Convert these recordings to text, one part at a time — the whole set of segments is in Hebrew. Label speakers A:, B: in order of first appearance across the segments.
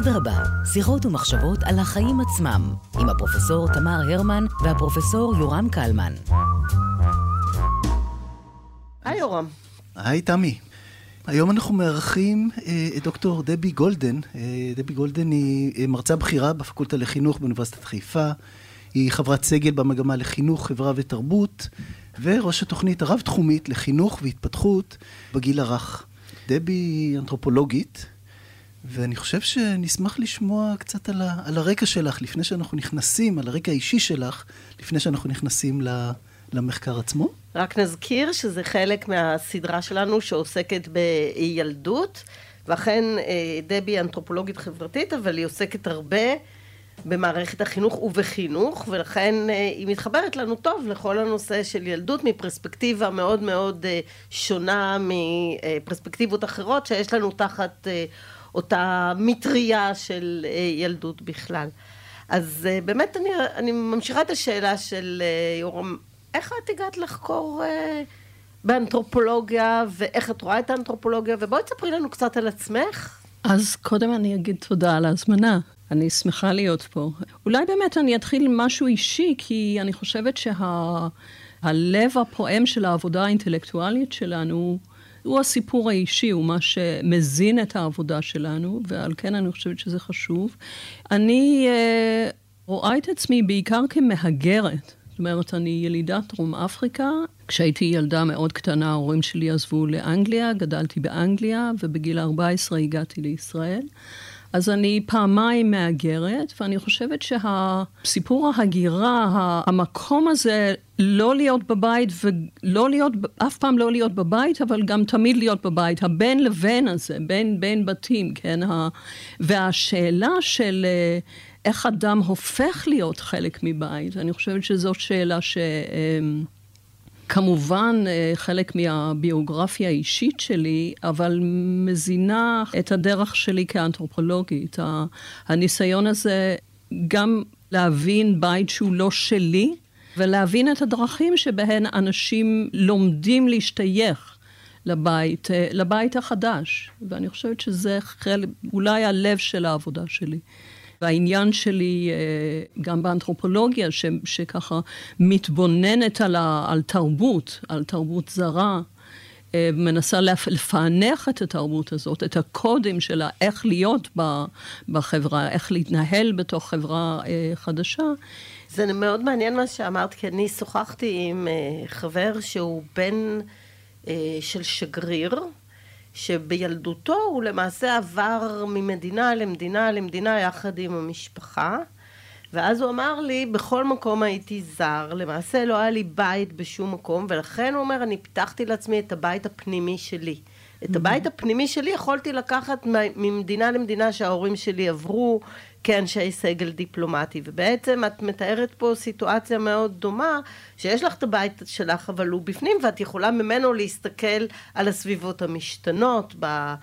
A: אדרבה, שיחות ומחשבות על החיים עצמם, עם הפרופסור תמר הרמן והפרופסור יורם קלמן.
B: היי יורם.
C: היי תמי. היום אנחנו מארחים את דוקטור דבי גולדן. דבי גולדן היא מרצה בכירה בפקולטה לחינוך באוניברסיטת חיפה. היא חברת סגל במגמה לחינוך, חברה ותרבות, וראש התוכנית הרב-תחומית לחינוך והתפתחות בגיל הרך. דבי היא אנתרופולוגית, ואני חושב שנשמח לשמוע קצת על הרקע שלך, לפני שאנחנו נכנסים, על הרקע האישי שלך, לפני שאנחנו נכנסים למחקר עצמו.
B: רק נזכיר שזה חלק מהסדרה שלנו שעוסקת בילדות, ואכן דבי אנתרופולוגית חברתית, אבל היא עוסקת הרבה במערכת החינוך ובחינוך, ולכן היא מתחברת לנו טוב לכל הנושא של ילדות מפרספקטיבה מאוד מאוד שונה מפרספקטיבות אחרות שיש לנו תחת אותה מטריה של ילדות בכלל. אז באמת אני ממשיכה את השאלה של יורם, איך את הגעת לחקור באנתרופולוגיה, ואיך את רואה את האנתרופולוגיה, ובואי תספרי לנו קצת על עצמך.
D: אז קודם אני אגיד תודה על ההזמנה. אני שמחה להיות פה. אולי באמת אני אתחיל משהו אישי, כי אני חושבת שהלב הפועם של העבודה האינטלקטואלית שלנו, הוא הסיפור האישי, הוא מה שמזין את העבודה שלנו, ועל כן אני חושבת שזה חשוב. אני רואה את עצמי בעיקר כמהגרת. זאת אומרת, אני ילידת דרום אפריקה. כשהייתי ילדה מאוד קטנה, ההורים שלי עזבו לאנגליה, גדלתי באנגליה, ובגיל 14 הגעתי לישראל. אז אני פעמיים מהגרת, ואני חושבת שהסיפור ההגירה, המקום הזה, לא להיות בבית, אף פעם לא להיות בבית, אבל גם תמיד להיות בבית, הבין לבין הזה, בין בתים, כן? והשאלה של איך אדם הופך להיות חלק מבית, אני חושבת שזאת שאלה כמובן חלק מהביוגרפיה האישית שלי, אבל מזינה את הדרך שלי כאנתרופולוגית. הניסיון הזה גם להבין בית שהוא לא שלי, ולהבין את הדרכים שבהן אנשים לומדים להשתייך לבית החדש. ואני חושבת שזה אולי הלב של העבודה שלי. והעניין שלי גם באנתרופולוגיה, שככה מתבוננת על תרבות זרה, מנסה לפענח את התרבות הזאת, את הקודים שלה, איך להיות בחברה, איך להתנהל בתוך חברה חדשה.
B: זה מאוד מעניין מה שאמרת, כי אני שוחחתי עם חבר שהוא בן של שגריר, שבילדותו הוא למעשה עבר ממדינה למדינה למדינה יחד עם המשפחה, ואז הוא אמר לי, בכל מקום הייתי זר, למעשה לא היה לי בית בשום מקום, ולכן הוא אומר, אני פיתחתי לעצמי את הבית הפנימי שלי. את הבית הפנימי שלי יכולתי לקחת ממדינה למדינה שההורים שלי עברו, כאנשי סגל דיפלומטי, ובעצם את מתארת פה סיטואציה מאוד דומה, שיש לך את הבית שלך, אבל הוא בפנים, ואת יכולה ממנו להסתכל על הסביבות המשתנות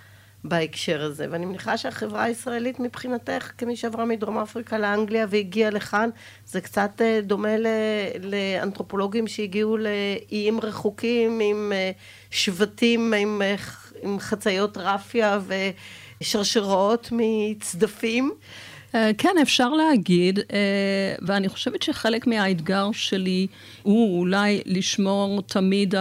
B: בהקשר הזה. ואני מניחה שהחברה הישראלית מבחינתך, כמי שעברה מדרום אפריקה לאנגליה והגיעה לכאן, זה קצת דומה לאנתרופולוגים שהגיעו לאיים רחוקים, עם שבטים, עם חציות רפיה ושרשראות מצדפים.
D: כן, אפשר להגיד, ואני חושבת שחלק מהאתגר שלי הוא אולי לשמור תמיד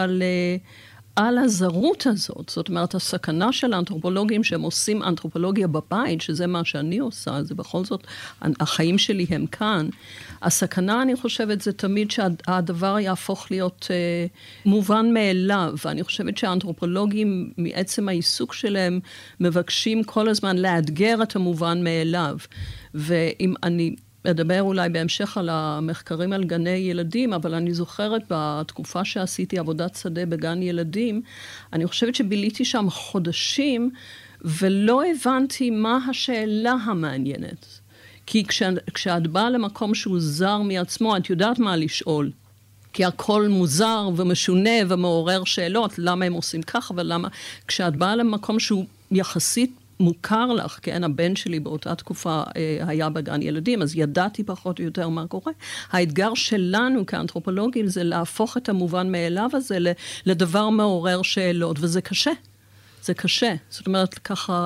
D: על הזרות הזאת. זאת אומרת, הסכנה של האנתרופולוגים שהם עושים אנתרופולוגיה בבית, שזה מה שאני עושה, זה בכל זאת, החיים שלי הם כאן. הסכנה, אני חושבת, זה תמיד שהדבר יהפוך להיות מובן מאליו. ואני חושבת שהאנתרופולוגים, מעצם העיסוק שלהם, מבקשים כל הזמן לאתגר את המובן מאליו. ואם אני אדבר אולי בהמשך על המחקרים על גני ילדים, אבל אני זוכרת בתקופה שעשיתי עבודת שדה בגן ילדים, אני חושבת שביליתי שם חודשים, ולא הבנתי מה השאלה המעניינת. כי כשאת באה למקום שהוא זר מעצמו, את יודעת מה לשאול. כי הכל מוזר ומשונה ומעורר שאלות, למה הם עושים כך ולמה. כשאת באה למקום שהוא יחסית מוכר לך, כן, הבן שלי באותה תקופה היה בגן ילדים, אז ידעתי פחות או יותר מה קורה. האתגר שלנו כאנתרופולוגים זה להפוך את המובן מאליו הזה לדבר מעורר שאלות, וזה קשה. זה קשה. זאת אומרת, ככה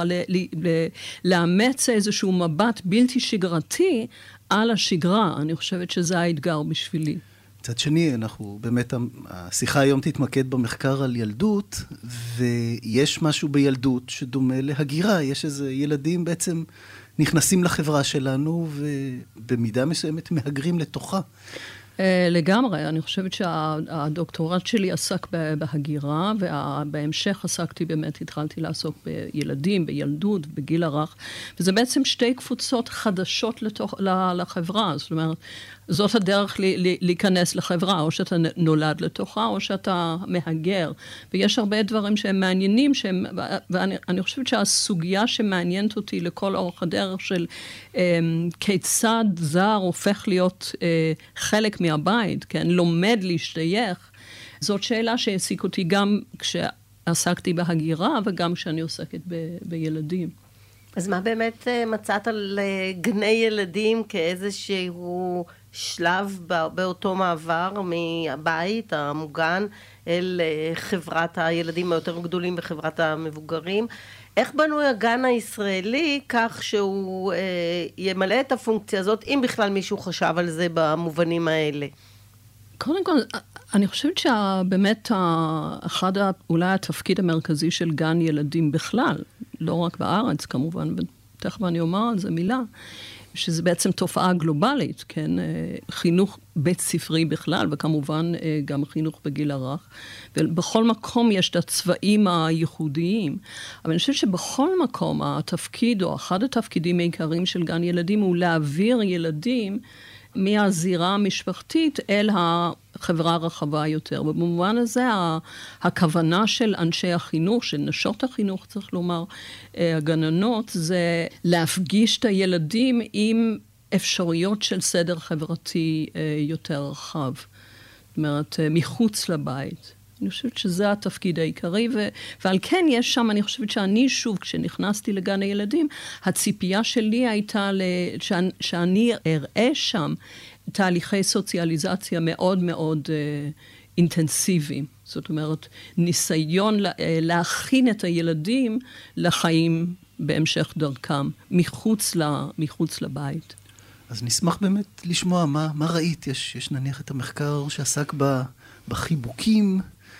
D: לאמץ איזשהו מבט בלתי שגרתי על השגרה. אני חושבת שזה האתגר בשבילי.
C: מצד שני, אנחנו באמת, השיחה היום תתמקד במחקר על ילדות, ויש משהו בילדות שדומה להגירה. יש איזה ילדים בעצם נכנסים לחברה שלנו, ובמידה מסוימת מהגרים לתוכה.
D: לגמרי, אני חושבת שהדוקטורט שלי עסק בהגירה, ובהמשך עסקתי באמת, התחלתי לעסוק בילדים, בילדות, בגיל הרך, וזה בעצם שתי קבוצות חדשות לחברה, זאת אומרת, זאת הדרך להיכנס לחברה, או שאתה נולד לתוכה, או שאתה מהגר, ויש הרבה דברים שהם מעניינים, ואני חושבת שהסוגיה שמעניינת אותי לכל אורך הדרך של כיצד זר הופך להיות חלק מהבית, כן, לומד להשתייך, זאת שאלה שהעסיק אותי גם כשעסקתי בהגירה, וגם כשאני עוסקת בילדים.
B: אז מה באמת מצאת על גני ילדים כאיזשהו שלב באותו מעבר מהבית המוגן אל חברת הילדים היותר גדולים וחברת המבוגרים? איך בנוי הגן הישראלי כך שהוא ימלא את הפונקציה הזאת, אם בכלל מישהו חשב על זה במובנים האלה?
D: קודם כל, אני חושבת שבאמת אחד אולי התפקיד המרכזי של גן ילדים בכלל, לא רק בארץ כמובן, ותכף אני אומר על זה מילה, שזה בעצם תופעה גלובלית, כן? חינוך בית ספרי בכלל, וכמובן גם חינוך בגיל הרך. ובכל מקום יש את הצבעים הייחודיים. אבל אני חושבת שבכל מקום התפקיד, או אחד התפקידים העיקריים של גן ילדים, הוא להעביר ילדים מהזירה המשפחתית אל החברה הרחבה יותר. ובמובן הזה, הכוונה של אנשי החינוך, של נשות החינוך, צריך לומר, הגננות, זה להפגיש את הילדים עם אפשרויות של סדר חברתי יותר רחב. זאת אומרת, מחוץ לבית. אני חושבת שזה התפקיד העיקרי, ועל כן יש שם, אני חושבת שאני שוב, כשנכנסתי לגן הילדים, הציפייה שלי הייתה שאני אראה שם תהליכי סוציאליזציה מאוד מאוד אינטנסיביים. זאת אומרת, ניסיון להכין את הילדים לחיים בהמשך דרכם, מחוץ לבית.
C: אז נשמח באמת לשמוע מה ראית. יש נניח את המחקר שעסק בחיבוקים,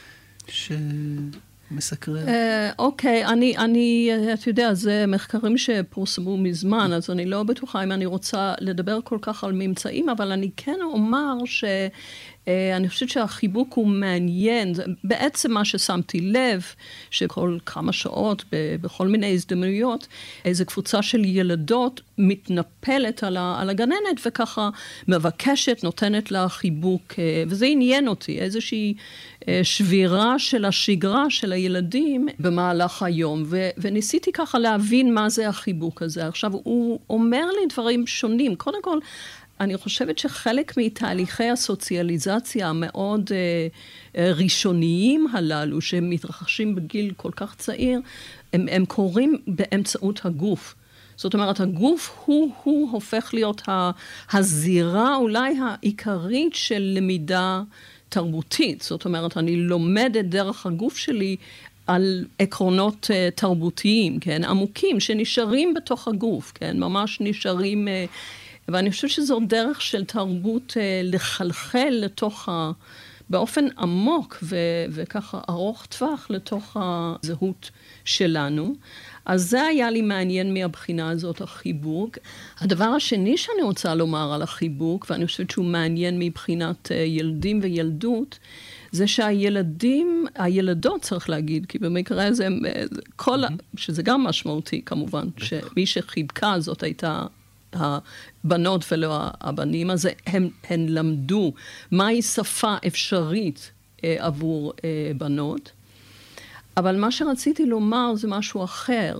C: שמסקרן.
D: אוקיי, אתה יודע, זה מחקרים שפורסמו מזמן, אז אני לא בטוחה אם אני רוצה לדבר כל כך על ממצאים, אבל אני כן אומר אני חושבת שהחיבוק הוא מעניין, בעצם מה ששמתי לב, שכל כמה שעות, בכל מיני הזדמנויות, איזו קבוצה של ילדות מתנפלת על הגננת, וככה מבקשת, נותנת לה חיבוק, וזה עניין אותי, איזושהי שבירה של השגרה של הילדים במהלך היום, וניסיתי ככה להבין מה זה החיבוק הזה. עכשיו, הוא אומר לי דברים שונים. קודם כל, אני חושבת שחלק מתהליכי הסוציאליזציה המאוד ראשוניים הללו, שמתרחשים בגיל כל כך צעיר, הם קורים באמצעות הגוף. זאת אומרת, הגוף הוא הופך להיות הזירה אולי העיקרית של למידה תרבותית. זאת אומרת, אני לומדת דרך הגוף שלי על עקרונות תרבותיים, כן, עמוקים, שנשארים בתוך הגוף, כן, ממש נשארים, ואני חושבת שזו דרך של תרבות לחלחל לתוך באופן עמוק וככה ארוך טווח לתוך הזהות שלנו. אז זה היה לי מעניין מהבחינה הזאת, החיבוק. הדבר השני שאני רוצה לומר על החיבוק, ואני חושבת שהוא מעניין מבחינת ילדים וילדות, זה הילדות צריך להגיד, כי במקרה הזה, שזה גם משמעותי כמובן, שמי שחיבקה זאת הייתה הבנות ולא הבנים, אז הן למדו מהי שפה אפשרית עבור בנות. אבל מה שרציתי לומר זה משהו אחר,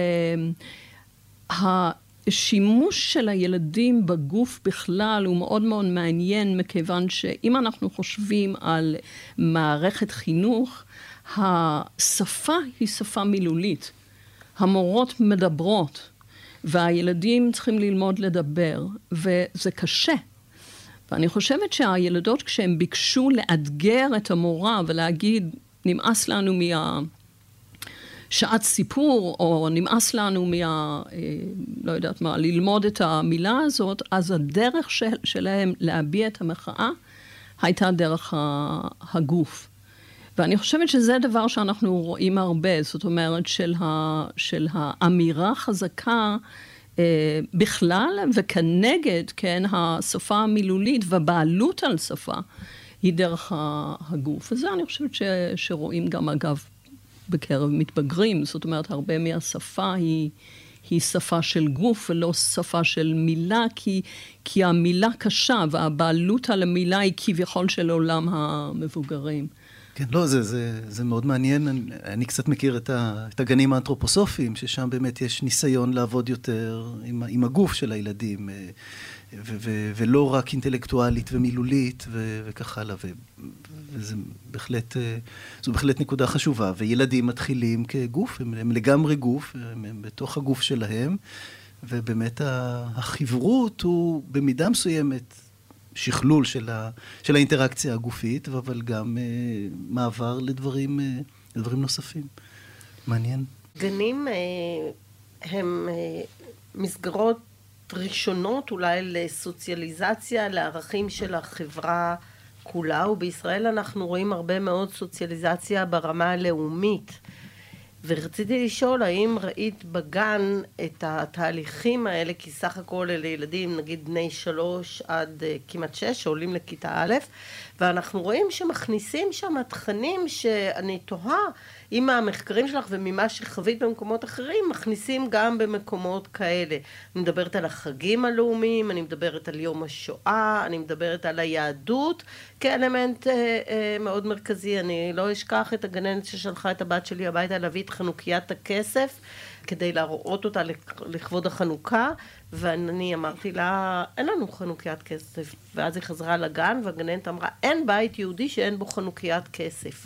D: שהשימוש של הילדים בגוף בכלל הוא מאוד מאוד מעניין, מכיוון שאם אנחנו חושבים על מערכת חינוך, השפה היא שפה מילולית. המורות מדברות, והילדים צריכים ללמוד לדבר, וזה קשה. ואני חושבת שהילדות כשהם ביקשו לאתגר את המורה ולהגיד, נמאס לנו שעת סיפור, או נמאס לנו לא יודעת מה, ללמוד את המילה הזאת, אז הדרך שלהם להביע את המחאה הייתה דרך הגוף. ואני חושבת שזה דבר שאנחנו רואים הרבה, זאת אומרת של האמירה חזקה בכלל, וכנגד, כן, השפה המילולית ובעלות על שפה, היא דרך הגוף. וזה אני חושבת שרואים גם אגב בקרב מתבגרים, זאת אומרת הרבה מהשפה היא שפה של גוף ולא שפה של מילה, כי המילה קשה והבעלות על המילה היא כביכול של עולם המבוגרים.
C: כן, לא, זה מאוד מעניין. אני קצת מכיר את הגנים האנתרופוסופיים, ששם באמת יש ניסיון לעבוד יותר עם הגוף של הילדים, ולא רק אינטלקטואלית ומילולית וכך הלאה. וזו בהחלט נקודה חשובה. וילדים מתחילים כגוף, הם לגמרי גוף, הם בתוך הגוף שלהם, ובאמת החברות הוא במידה מסוימת שכלול של האינטראקציה הגופית, אבל גם מעבר לדברים נוספים. מעניין.
B: גנים הם מסגרות ראשונות אולי לסוציאליזציה, לערכים של החברה כולה, ובישראל אנחנו רואים הרבה מאוד סוציאליזציה ברמה הלאומית. ורציתי לשאול, האם ראית בגן את התהליכים האלה, כי סך הכל אלה ילדים, נגיד בני 3 עד כמעט 6, שעולים לכיתה א', ואנחנו רואים שמכניסים שם תכנים שאני תוהה, עם המחקרים שלך וממה שחווית במקומות אחרים, מכניסים גם במקומות כאלה. אני מדברת על החגים הלאומיים, אני מדברת על יום השואה, אני מדברת על היהדות, כאלמנט מאוד מרכזי. אני לא אשכח את הגננת ששלחה את הבת שלי הביתה להביא את חנוקיית הכסף, כדי להראות אותה לכבוד החנוכה, ואני אמרתי לה, אין לנו חנוקיית כסף. ואז היא חזרה לגן, והגננת אמרה, אין בית יהודי שאין בו חנוקיית כסף.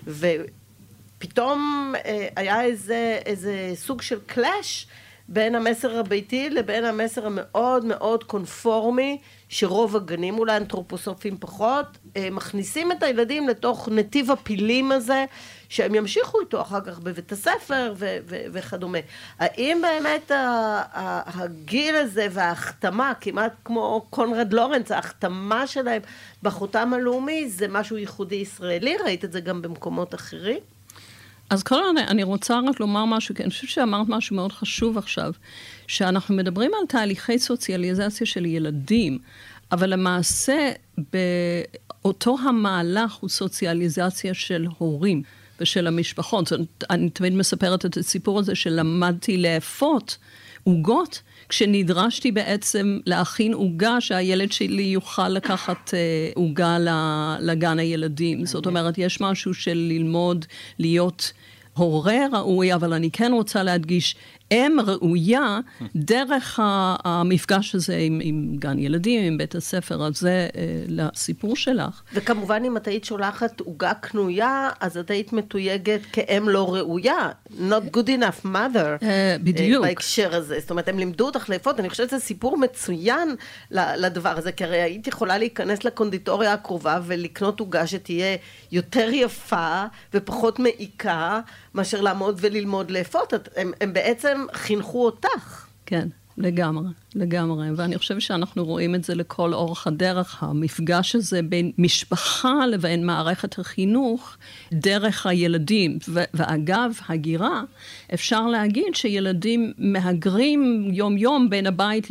B: פתאום היה איזה סוג של קלאש בין המסר הביתי לבין המסר המאוד מאוד קונפורמי, שרוב הגנים, אולי אנתרופוסופים פחות, מכניסים את הילדים לתוך נתיב הפילים הזה, שהם ימשיכו איתו אחר כך בבית הספר וכדומה. האם באמת הגיל הזה וההחתמה, כמעט כמו קונרד לורנץ, ההחתמה שלהם בחותם הלאומי, זה משהו ייחודי ישראלי? ראית את זה גם במקומות אחרים?
D: אז קודם אני רוצה רק לומר משהו, כי אני חושבת שאמרת משהו מאוד חשוב עכשיו, שאנחנו מדברים על תהליכי סוציאליזציה של ילדים, אבל למעשה באותו המהלך הוא סוציאליזציה של הורים ושל המשפחות. זאת אומרת, אני תמיד מספרת את הסיפור הזה שלמדתי לאפות עוגות, כשנדרשתי בעצם להכין עוגה שהילד שלי יוכל לקחת עוגה לגן הילדים. זאת אומרת, יש משהו של ללמוד להיות הורה ראוי, אבל אני כן רוצה להדגיש אם ראויה דרך המפגש הזה עם גן ילדים, עם בית הספר, אז זה לסיפור שלך.
B: וכמובן אם את היית שולחת עוגה קנויה, אז את היית מתויגת כאם לא ראויה, not good enough mother.
D: בדיוק.
B: בהקשר הזה. זאת אומרת, הם לימדו אותך לאפות, אני חושבת שזה סיפור מצוין לדבר הזה, כי הרי היית יכולה להיכנס לקונדיטוריה הקרובה ולקנות עוגה שתהיה יותר יפה ופחות מעיקה, מאשר לעמוד וללמוד לאפות. הם בעצם חינכו אותך.
D: כן, לגמרי, לגמרי. ואני חושבת שאנחנו רואים את זה לכל אורך הדרך, המפגש הזה בין משפחה לבין מערכת החינוך, דרך הילדים. ואגב, הגירה, אפשר להגיד שילדים מהגרים יום יום בין הבית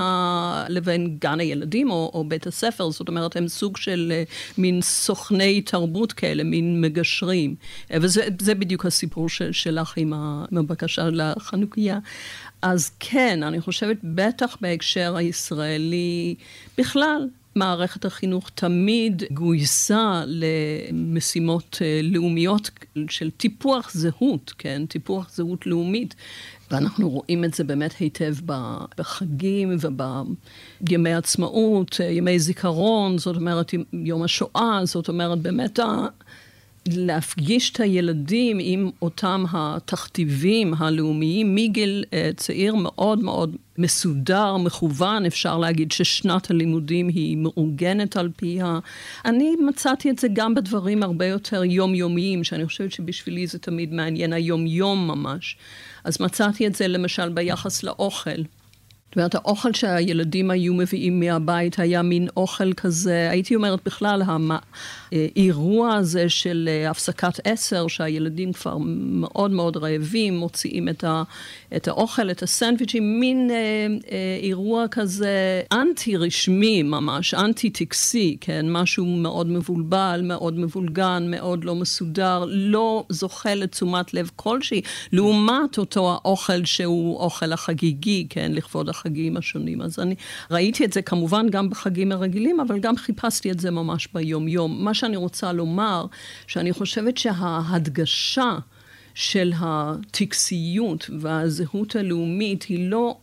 D: לבין גן הילדים או בית הספר. זאת אומרת, הם סוג של מין סוכני תרבות כאלה, מין מגשרים. וזה בדיוק הסיפור שלך עם הבקשה לחנוכיה. אז כן, אני חושבת בטח בהקשר הישראלי, בכלל, מערכת החינוך תמיד גויסה למשימות לאומיות של טיפוח זהות, כן? טיפוח זהות לאומית. ואנחנו רואים את זה באמת היטב בחגים ובימי עצמאות, ימי זיכרון, זאת אומרת יום השואה, זאת אומרת באמת להפגיש את הילדים עם אותם התכתיבים הלאומיים מגיל צעיר מאוד מאוד מסודר, מכוון, אפשר להגיד ששנת הלימודים היא מאורגנת על פיה. אני מצאתי את זה גם בדברים הרבה יותר יומיומיים, שאני חושבת שבשבילי זה תמיד מעניין היום-יום ממש. אז מצאתי את זה למשל ביחס לאוכל. זאת אומרת, האוכל שהילדים היו מביאים מהבית היה מין אוכל כזה, הייתי אומרת בכלל, האירוע הזה של הפסקת 10, שהילדים כבר מאוד מאוד רעבים, מוציאים את האוכל, את הסנדוויצ'ים, מין אירוע כזה אנטי רשמי ממש, אנטי טקסי, כן? משהו מאוד מבולבל, מאוד מבולגן, מאוד לא מסודר, לא זוכה לתשומת לב כלשהי, לעומת אותו האוכל שהוא אוכל החגיגי, כן? לכבוד החגים השונים. אז אני ראיתי את זה כמובן גם בחגים הרגילים, אבל גם חיפשתי את זה ממש ביום-יום. מה שאני רוצה לומר, שאני חושבת שההדגשה של הטקסיות והזהות הלאומית היא לא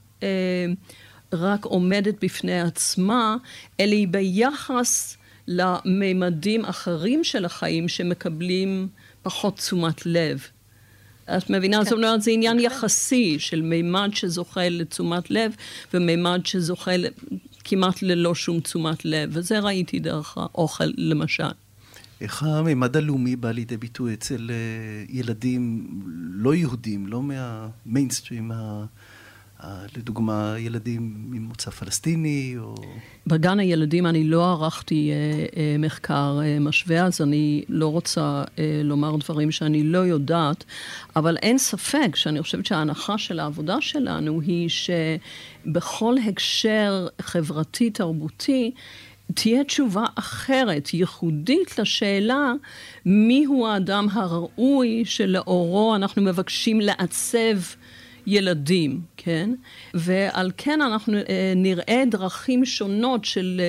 D: רק עומדת בפני עצמה, אלא היא ביחס לממדים אחרים של החיים שמקבלים פחות תשומת לב. את מבינה? זאת אומרת, זה עניין יחסי של מימד שזוכה לתשומת לב, ומימד שזוכה כמעט ללא שום תשומת לב, וזה ראיתי דרך האוכל למשל.
C: איך המימד הלאומי בא לידי ביטוי אצל ילדים לא יהודים, לא מהמיינסטרים, לדוגמה ילדים ממוצא פלסטיני או...
D: בגן הילדים אני לא ערכתי מחקר משווה, אז אני לא רוצה לומר דברים שאני לא יודעת, אבל אין ספק שאני חושבת שההנחה של העבודה שלנו היא שבכל הקשר חברתי תרבותי תהיה תשובה אחרת, ייחודית לשאלה מיהו האדם הראוי שלאורו אנחנו מבקשים לעצב ילדים, כן? ועל כן אנחנו נראה דרכים שונות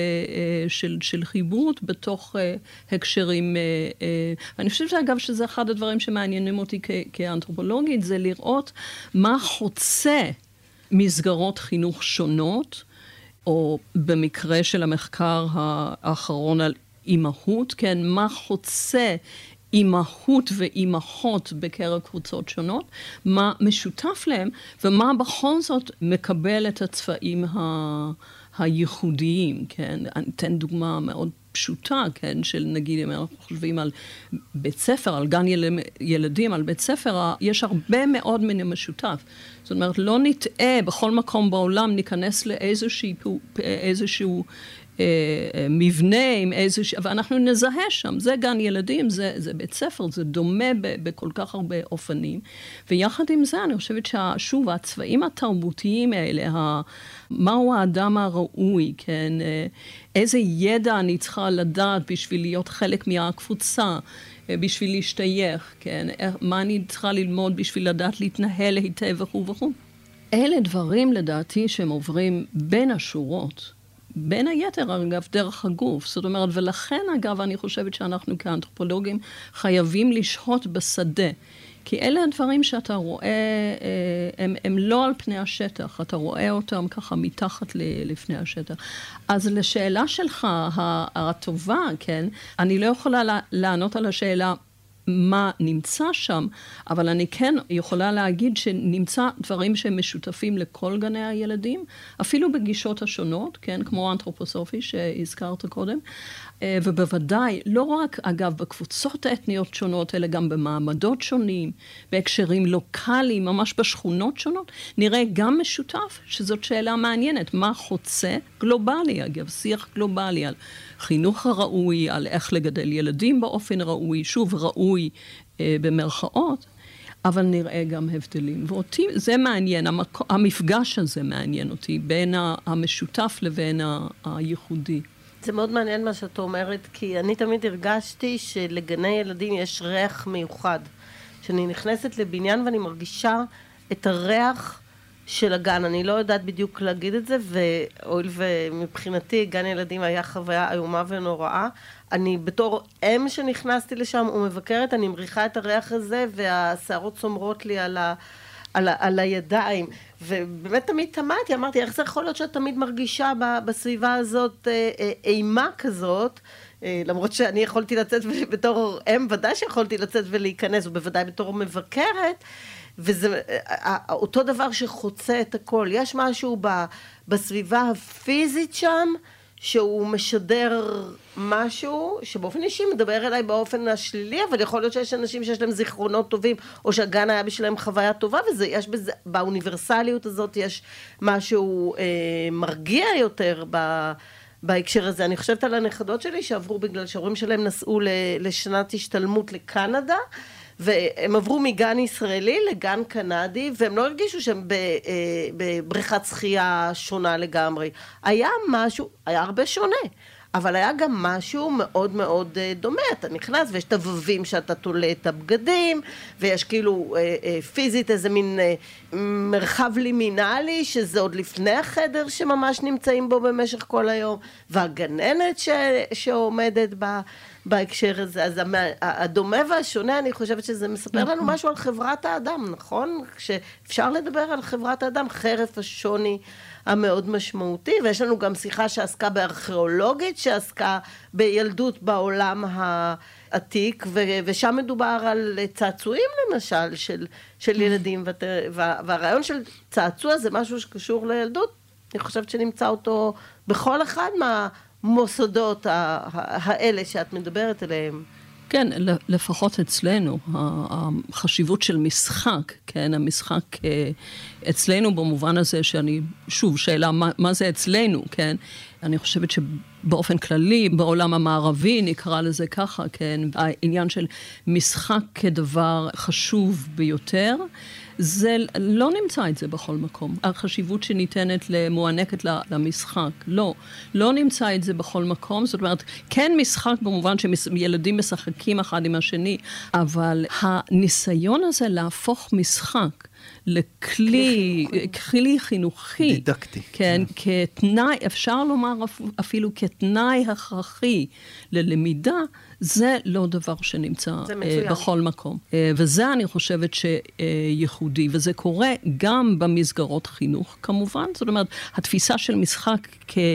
D: של חיברות בתוך הקשרים. אני חושבת אגב שזה אחד הדברים שמעניינים אותי כאנתרופולוגית, זה לראות מה חוצה מסגרות חינוך שונות, או במקרה של המחקר האחרון על אימהות, כן? מה חוצה אימהות ואימהות בקרב קבוצות שונות, מה משותף להם, ומה בכל זאת מקבל את הצבעים הייחודיים, כן? אני אתן דוגמה מאוד פשוטה, כן? של נגיד, אם אנחנו חושבים על בית ספר, על גן ילדים, על בית ספר, יש הרבה מאוד מן המשותף. זאת אומרת, לא נטעה, בכל מקום בעולם ניכנס לאיזשהו מבנה עם איזשהו, ואנחנו נזהה שם, זה גן ילדים, זה בית ספר, זה דומה בכל כך הרבה אופנים, ויחד עם זה אני חושבת ששוב, הצבעים התרבותיים האלה, מהו האדם הראוי, כן, איזה ידע אני צריכה לדעת בשביל להיות חלק מהקבוצה, בשביל להשתייך, כן, מה אני צריכה ללמוד בשביל לדעת להתנהל היטב וכו'. אלה דברים לדעתי שהם עוברים בין השורות, בין היתר, אגב, דרך הגוף. זאת אומרת, ולכן, אגב, אני חושבת שאנחנו כאנתרופולוגים חייבים לשהות בשדה. כי אלה הדברים שאתה רואה, הם לא על פני השטח, אתה רואה אותם ככה מתחת לפני השטח. אז לשאלה שלך, הטובה, כן, אני לא יכולה לענות על השאלה, מה נמצא שם, אבל אני כן יכולה להגיד שנמצא דברים שהם משותפים לכל גני הילדים, אפילו בגישות השונות, כן, כמו האנתרופוסופי שהזכרת קודם, ובוודאי, לא רק אגב בקבוצות אתניות שונות, אלא גם במעמדות שונים, בהקשרים לוקליים, ממש בשכונות שונות, נראה גם משותף, שזאת שאלה מעניינת, מה חוצה גלובלי, אגב, שיח גלובלי על חינוך הראוי, על איך לגדל ילדים באופן ראוי, שוב ראוי במרכאות, אבל נראה גם הבדלים. ואותי זה מעניין, המפגש הזה מעניין אותי, בין המשותף לבין הייחודי.
B: זה מאוד מעניין מה שאת אומרת, כי אני תמיד הרגשתי שלגני ילדים יש ריח מיוחד. שאני נכנסת לבניין ואני מרגישה את הריח של הגן. אני לא יודעת בדיוק להגיד את זה, והואיל ומבחינתי גן ילדים היה חוויה איומה ונוראה, אני בתור אם שנכנסתי לשם ומבקרת, אני מריחה את הריח הזה, והשערות צומרות לי על הידיים. ובאמת תמיד תמדתי, אמרתי, איך זה יכול להיות שאת תמיד מרגישה בסביבה הזאת אימה כזאת, למרות שאני יכולתי לצאת, בתור אם ודאי שיכולתי לצאת ולהיכנס, ובוודאי בתור מבקרת, וזה אותו דבר שחוצה את הכל. יש משהו בסביבה הפיזית שם, שהוא משדר משהו שבאופן אישי מדבר אליי באופן השלילי, אבל יכול להיות שיש אנשים שיש להם זיכרונות טובים, או שהגן היה בשבילם חוויה טובה, יש בזה, באוניברסליות הזאת יש משהו מרגיע יותר בהקשר הזה. אני חושבת על הנכדות שלי שעברו בגלל שההורים שלהם נסעו לשנת השתלמות לקנדה, והם עברו מגן ישראלי לגן קנדי, והם לא הרגישו שהם בבריכת שחייה שונה לגמרי. היה משהו, היה הרבה שונה, אבל היה גם משהו מאוד מאוד דומה. אתה נכנס ויש את הבבים שאתה תולה את הבגדים, ויש כאילו פיזית איזה מין מרחב לימינלי, שזה עוד לפני החדר שממש נמצאים בו במשך כל היום, והגננת שעומדת בהקשר הזה. אז הדומה והשונה, אני חושבת שזה מספר לנו משהו על חברת האדם, נכון? כשאפשר לדבר על חברת האדם, חרף השוני המאוד משמעותי, ויש לנו גם שיחה שעסקה בארכיאולוגית, שעסקה בילדות בעולם העתיק, ושם מדובר על צעצועים למשל, של ילדים, והרעיון של צעצוע זה משהו שקשור לילדות, אני חושבת שנמצא אותו בכל אחד מהמוסדות האלה שאת מדברת עליהם.
D: כן, לפחות אצלנו, החשיבות של משחק, כן, המשחק אצלנו במובן הזה שאני, שוב, שאלה מה זה אצלנו, כן, אני חושבת שבאופן כללי, בעולם המערבי, נקרא לזה ככה, כן, העניין של משחק כדבר חשוב ביותר, זה לא נמצא את זה בכל מקום. החשיבות שניתנת מוענקת למשחק, לא נמצא את זה בכל מקום. זאת אומרת, כן משחק במובן שילדים משחקים אחד עם השני, אבל הניסיון הזה להפוך משחק לכלי חינוכי.
C: דידקטי.
D: כן, כתנאי, אפשר לומר אפילו כתנאי הכרחי ללמידה, זה לא דבר שנמצא בכל מקום. וזה אני חושבת שייחודי, וזה קורה גם במסגרות חינוך, כמובן. זאת אומרת, התפיסה של משחק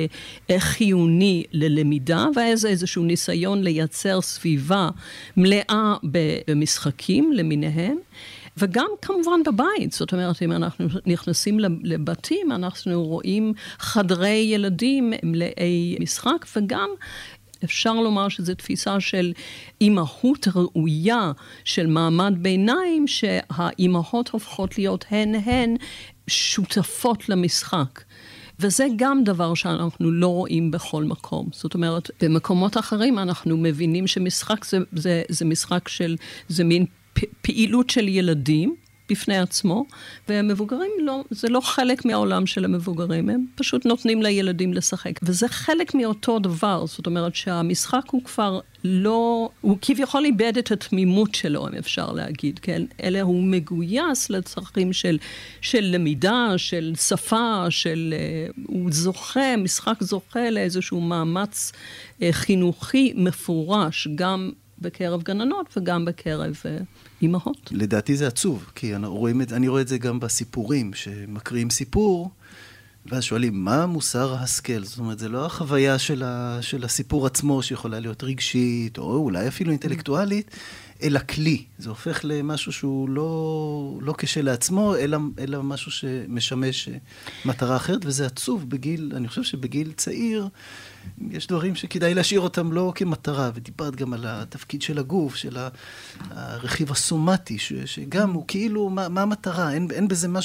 D: כחיוני ללמידה, ואיזשהו ניסיון לייצר סביבה מלאה במשחקים למיניהם, וגם כמובן בבית, זאת אומרת, אם אנחנו נכנסים לבתים, אנחנו רואים חדרי ילדים מלאי משחק, וגם אפשר לומר שזו תפיסה של אימהות ראויה, של מעמד ביניים, שהאימהות הופכות להיות הן שותפות למשחק. וזה גם דבר שאנחנו לא רואים בכל מקום. זאת אומרת, במקומות אחרים אנחנו מבינים שמשחק זה משחק של, זה מין פעילות של ילדים בפני עצמו, והמבוגרים לא, זה לא חלק מהעולם של המבוגרים, הם פשוט נותנים לילדים לשחק. וזה חלק מאותו דבר, זאת אומרת שהמשחק הוא כבר לא, הוא כביכול איבד את התמימות שלו, אם אפשר להגיד, כן? אלא הוא מגויס לצרכים של למידה, של שפה, הוא זוכה, משחק זוכה לאיזשהו מאמץ חינוכי מפורש, גם בקרב גננות וגם בקרב אימהות.
C: לדעתי זה עצוב, כי אני רואה את זה גם בסיפורים, שמקריאים סיפור, ואז שואלים, מה מוסר ההשכל? זאת אומרת, זה לא החוויה של הסיפור עצמו, שיכולה להיות רגשית, או אולי אפילו אינטלקטואלית, אלא כלי. זה הופך למשהו שהוא לא כשלעצמו, אלא משהו שמשמש מטרה אחרת, וזה עצוב בגיל, אני חושב שבגיל צעיר, יש דברים שכדאי להשאיר אותם לא כמטרה, ודיברת גם על התפקיד של הגוף, של הרכיב הסומטי, שגם הוא כאילו, מה המטרה? אין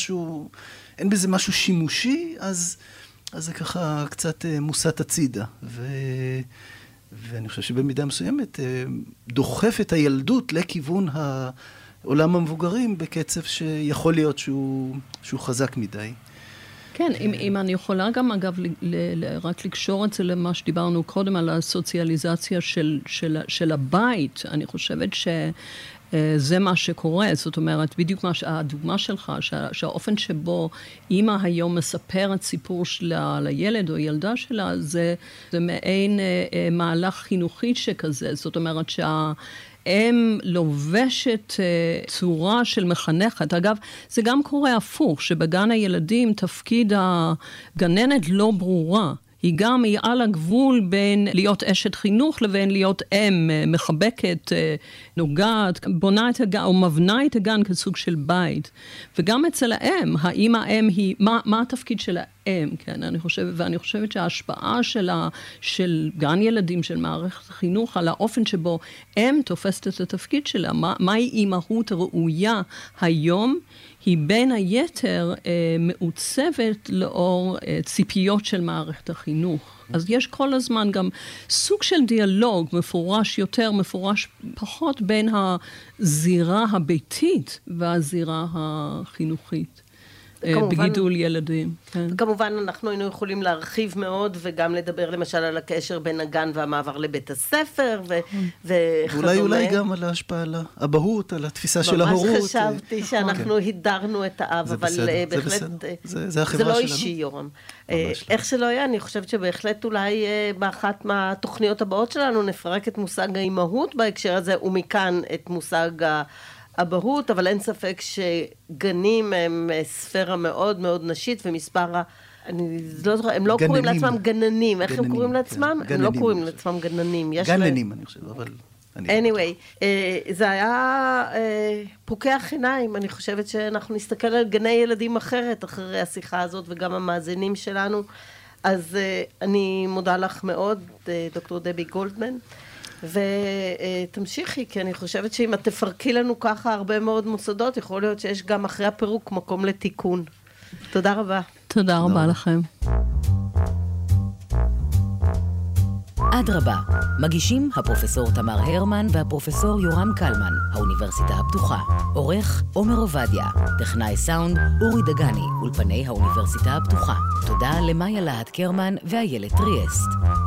C: בזה משהו שימושי, אז זה ככה קצת מוסת הצידה. ואני חושב שבמידה מסוימת דוחף את הילדות לכיוון העולם המבוגרים בקצב שיכול להיות שהוא חזק מדי.
D: כן, אם אני יכולה גם אגב רק לקשור את זה למה שדיברנו קודם על הסוציאליזציה של הבית, אני חושבת זה מה שקורה, זאת אומרת, בדיוק הדוגמה שלך, שהאופן שבו אמא היום מספרת סיפור שלה לילד או ילדה שלה, זה מעין מהלך חינוכי שכזה, זאת אומרת הם לובשת צורה של מחנכת. אגב, זה גם קורה הפוך, שבגן הילדים תפקיד הגננת לא ברורה. היא גם על הגבול בין להיות אשת חינוך לבין להיות אם, מחבקת, נוגעת, בונה את הגן, או מבנה את הגן כסוג של בית. וגם אצל האם, האם האם היא, מה התפקיד של האם, כן? ואני חושבת שההשפעה של גן ילדים, של מערכת החינוך, על האופן שבו אם תופסת את התפקיד שלה, מהי אימהות ראויה היום, היא בין היתר מעוצבת לאור ציפיות של מערכת החינוך. אז יש כל הזמן גם סוג של דיאלוג, מפורש יותר, מפורש פחות, בין הזירה הביתית והזירה החינוכית. בגידול ילדים.
B: כמובן אנחנו היינו יכולים להרחיב מאוד וגם לדבר למשל על הקשר בין הגן והמעבר לבית הספר וכדומה.
C: אולי גם על ההשפעה על האבהות, על התפיסה של ההורות.
B: ממש חשבתי שאנחנו הידרנו את האב, אבל בהחלט זה לא אישי, יורם. איך שלא יהיה, אני חושבת שבהחלט אולי באחת מהתוכניות הבאות שלנו נפרק את מושג האימהות בהקשר הזה, ומכאן את מושג אבהות, אבל אין ספק שגנים הם ספירה מאוד מאוד נשית, ומספר, אני לא זוכר, הם לא קוראים לעצמם גננים, איך הם קוראים לעצמם? הם לא קוראים לעצמם גננים.
C: גננים, אני חושב, אבל...
B: anyway, זה היה פוקח עיניים, אני חושבת שאנחנו נסתכל על גני ילדים אחרת, אחרי השיחה הזאת, וגם המאזינים שלנו, אז אני מודה לך מאוד, דוקטור דבי גולדמן, ותמשיכי, כי אני חושבת שאם את תפרקי לנו ככה הרבה מאוד מוסדות, יכול להיות שיש גם אחרי הפירוק מקום לתיקון. תודה רבה.
D: תודה רבה לכם.
A: אדרבה, מגישים הפרופסור תמר הרמן והפרופסור יורם קלמן, האוניברסיטה הפתוחה. עורך עומר עובדיה, טכנאי סאונד אורי דגני, אולפני האוניברסיטה הפתוחה. תודה למאיה להט קרמן ואיילת טריאסט.